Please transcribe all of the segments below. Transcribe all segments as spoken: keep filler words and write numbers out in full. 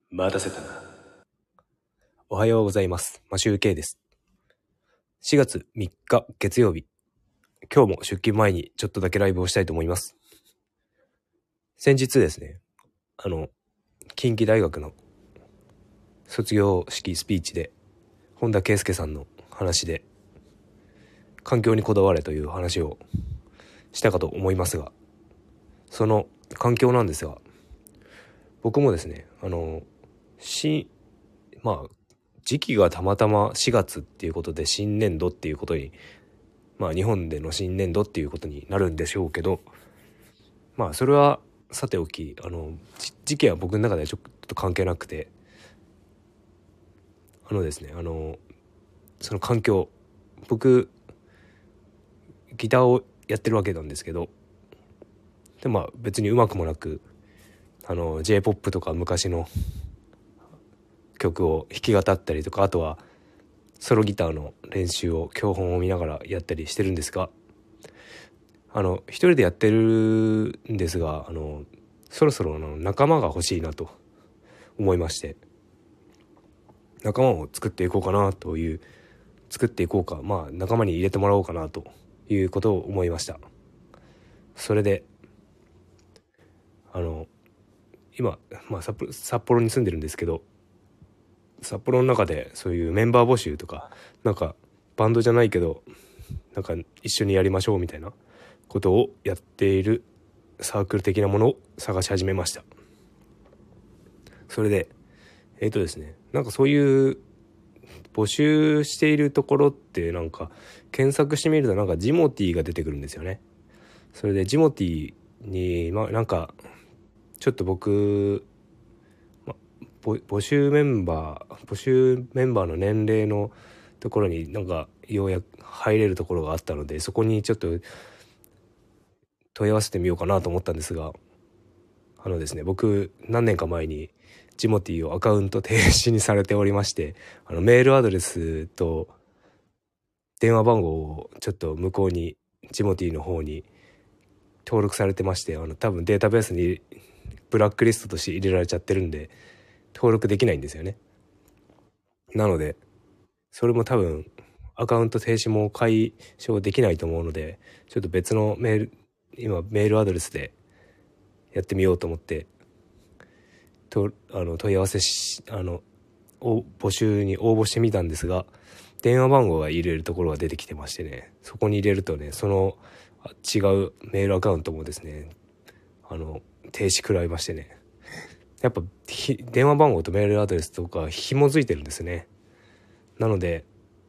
待たせたな。おはようございます。マシュウケイです。しがつみっか月曜日。今日も出勤前にちょっとだけライブをしたいと思います。先日ですね、あの、近畿大学の卒業式スピーチで、本田圭佑さんの話で、環境にこだわれという話をしたかと思いますが、その環境なんですが、僕もですね、あの、し、まあ、時期がたまたましがつっていうことで新年度っていうことに、まあ日本での新年度っていうことになるんでしょうけど、まあそれはさておき、あの、時期は僕の中ではちょっと関係なくて、あのですね、あの、その環境、僕、ギターをやってるわけなんですけど、でまあ別にうまくもなく、あの、J-ポップ とか昔の曲を弾き語ったりとか、あとはソロギターの練習を教本を見ながらやったりしてるんですが、あの一人でやってるんですが、あのそろそろあの仲間が欲しいなと思いまして、仲間を作っていこうかなという作っていこうかまあ仲間に入れてもらおうかなということを思いました。それであの今、まあ、札幌、札幌に住んでるんですけど、札幌の中でそういうメンバー募集とか、なんかバンドじゃないけどなんか一緒にやりましょうみたいなことをやっているサークル的なものを探し始めました。それでえっとですねなんかそういう募集しているところってなんか検索してみるとなんかジモティーが出てくるんですよね。それでジモティーにまあなんかちょっと僕、ま、募集メンバー募集メンバーの年齢のところになんかようやく入れるところがあったので、そこにちょっと問い合わせてみようかなと思ったんですが、あのですね僕何年か前にジモティーをアカウント停止にされておりまして、あのメールアドレスと電話番号をちょっと向こうにジモティーの方に登録されてまして、あの多分データベースにブラックリストとして入れられちゃってるんで登録できないんですよね。なのでそれも多分アカウント停止も解消できないと思うので、ちょっと別のメール今メールアドレスでやってみようと思ってとあの問い合わせしあの募集に応募してみたんですが、電話番号が入れるところが出てきてましてね、そこに入れるとね、その違うメールアカウントもですねあの停止食らいましてね、やっぱ電話番号とメールアドレスとか紐づいてるんですね。なので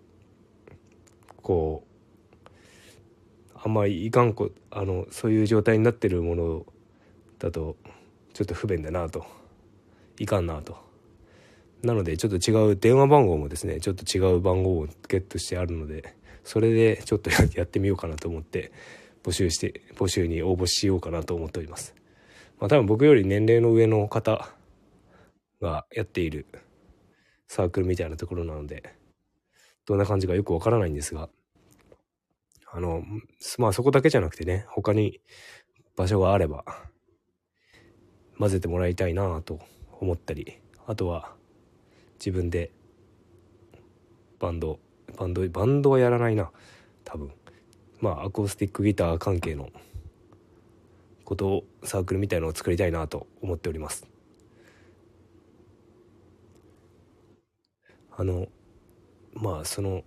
こうあんまりいかんこあのそういう状態になってるものだとちょっと不便だなと、いかんなと。なのでちょっと違う電話番号もですねちょっと違う番号をゲットしてあるので、それでちょっとやってみようかなと思って募集して募集に応募しようかなと思っております。まあ多分僕より年齢の上の方がやっているサークルみたいなところなので、どんな感じかよくわからないんですが、あのまあそこだけじゃなくてね、他に場所があれば混ぜてもらいたいなと思ったり、あとは自分でバンドバンドバンドはやらないな多分。まあアコースティックギター関係のことをサークルみたいのを作りたいなと思っております。あのまあその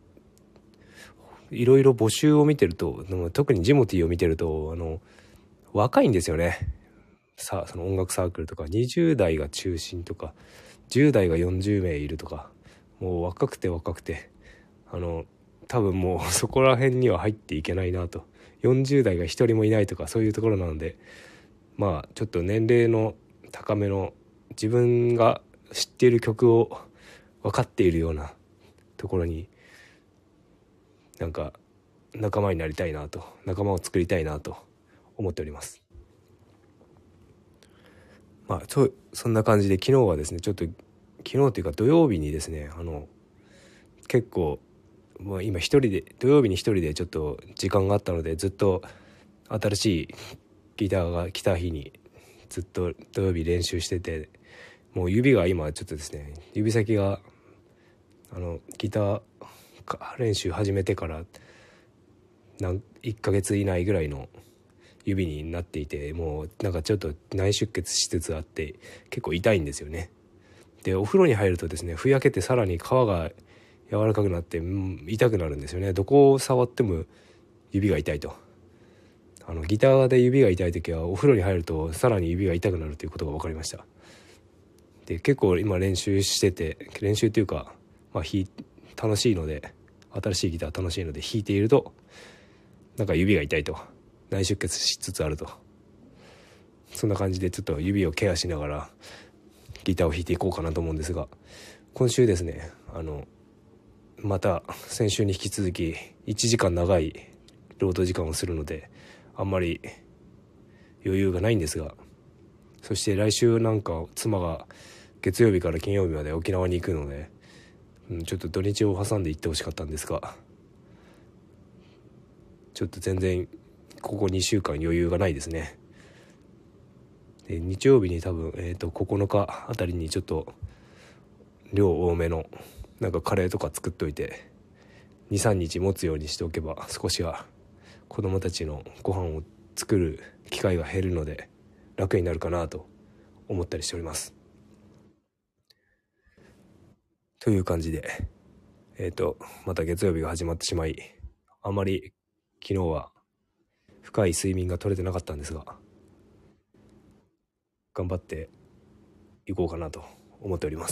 いろいろ募集を見てると、特にジモティーを見てるとあの若いんですよね。さあその音楽サークルとかにじゅう代が中心とかじゅう代がよんじゅう名いるとか、もう若くて若くてあの多分もうそこら辺には入っていけないなと、よんじゅう代が一人もいないとかそういうところなので、まあちょっと年齢の高めの自分が知っている曲を分かっているようなところになんか仲間になりたいなと、仲間を作りたいなと思っております。まあそそんな感じで昨日はですねちょっと昨日というか土曜日にですねあの結構まあ今一人で土曜日に一人でちょっと時間があったので、ずっと新しいギターが来た日にずっと土曜日練習してて、 もう指が今ちょっとですね、指先があのギター練習始めてからなんいっかげつ以内ぐらいの指になっていて、もうなんかちょっと内出血しつつあって結構痛いんですよね。でお風呂に入るとですね、ふやけてさらに皮が柔らかくなって、うん、痛くなるんですよね。どこを触っても指が痛いと。あのギターで指が痛い時はお風呂に入るとさらに指が痛くなるということが分かりました。で結構今練習してて、練習というか、まあ、弾楽しいので、新しいギター楽しいので弾いているとなんか指が痛いと、内出血しつつあると、そんな感じでちょっと指をケアしながらギターを弾いていこうかなと思うんですが、今週ですね、あのまた先週に引き続きいちじかん長い労働時間をするのであんまり余裕がないんですが、そして来週なんか妻が月曜日から金曜日まで沖縄に行くので、うん、ちょっと土日を挟んで行ってほしかったんですが、ちょっと全然ここにしゅうかん余裕がないですね。で日曜日に多分、えーとここのかあたりにちょっと量多めのなんかカレーとか作っといてにさんにち持つようにしておけば、少しは子供たちのご飯を作る機会が減るので楽になるかなと思ったりしております。という感じで、えっとまた月曜日が始まってしまい、あまり昨日は深い睡眠が取れてなかったんですが、頑張っていこうかなと思っております。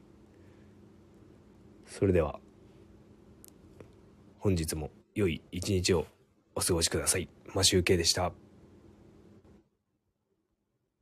それでは本日も良い一日をお過ごしください。マシュウケイでした。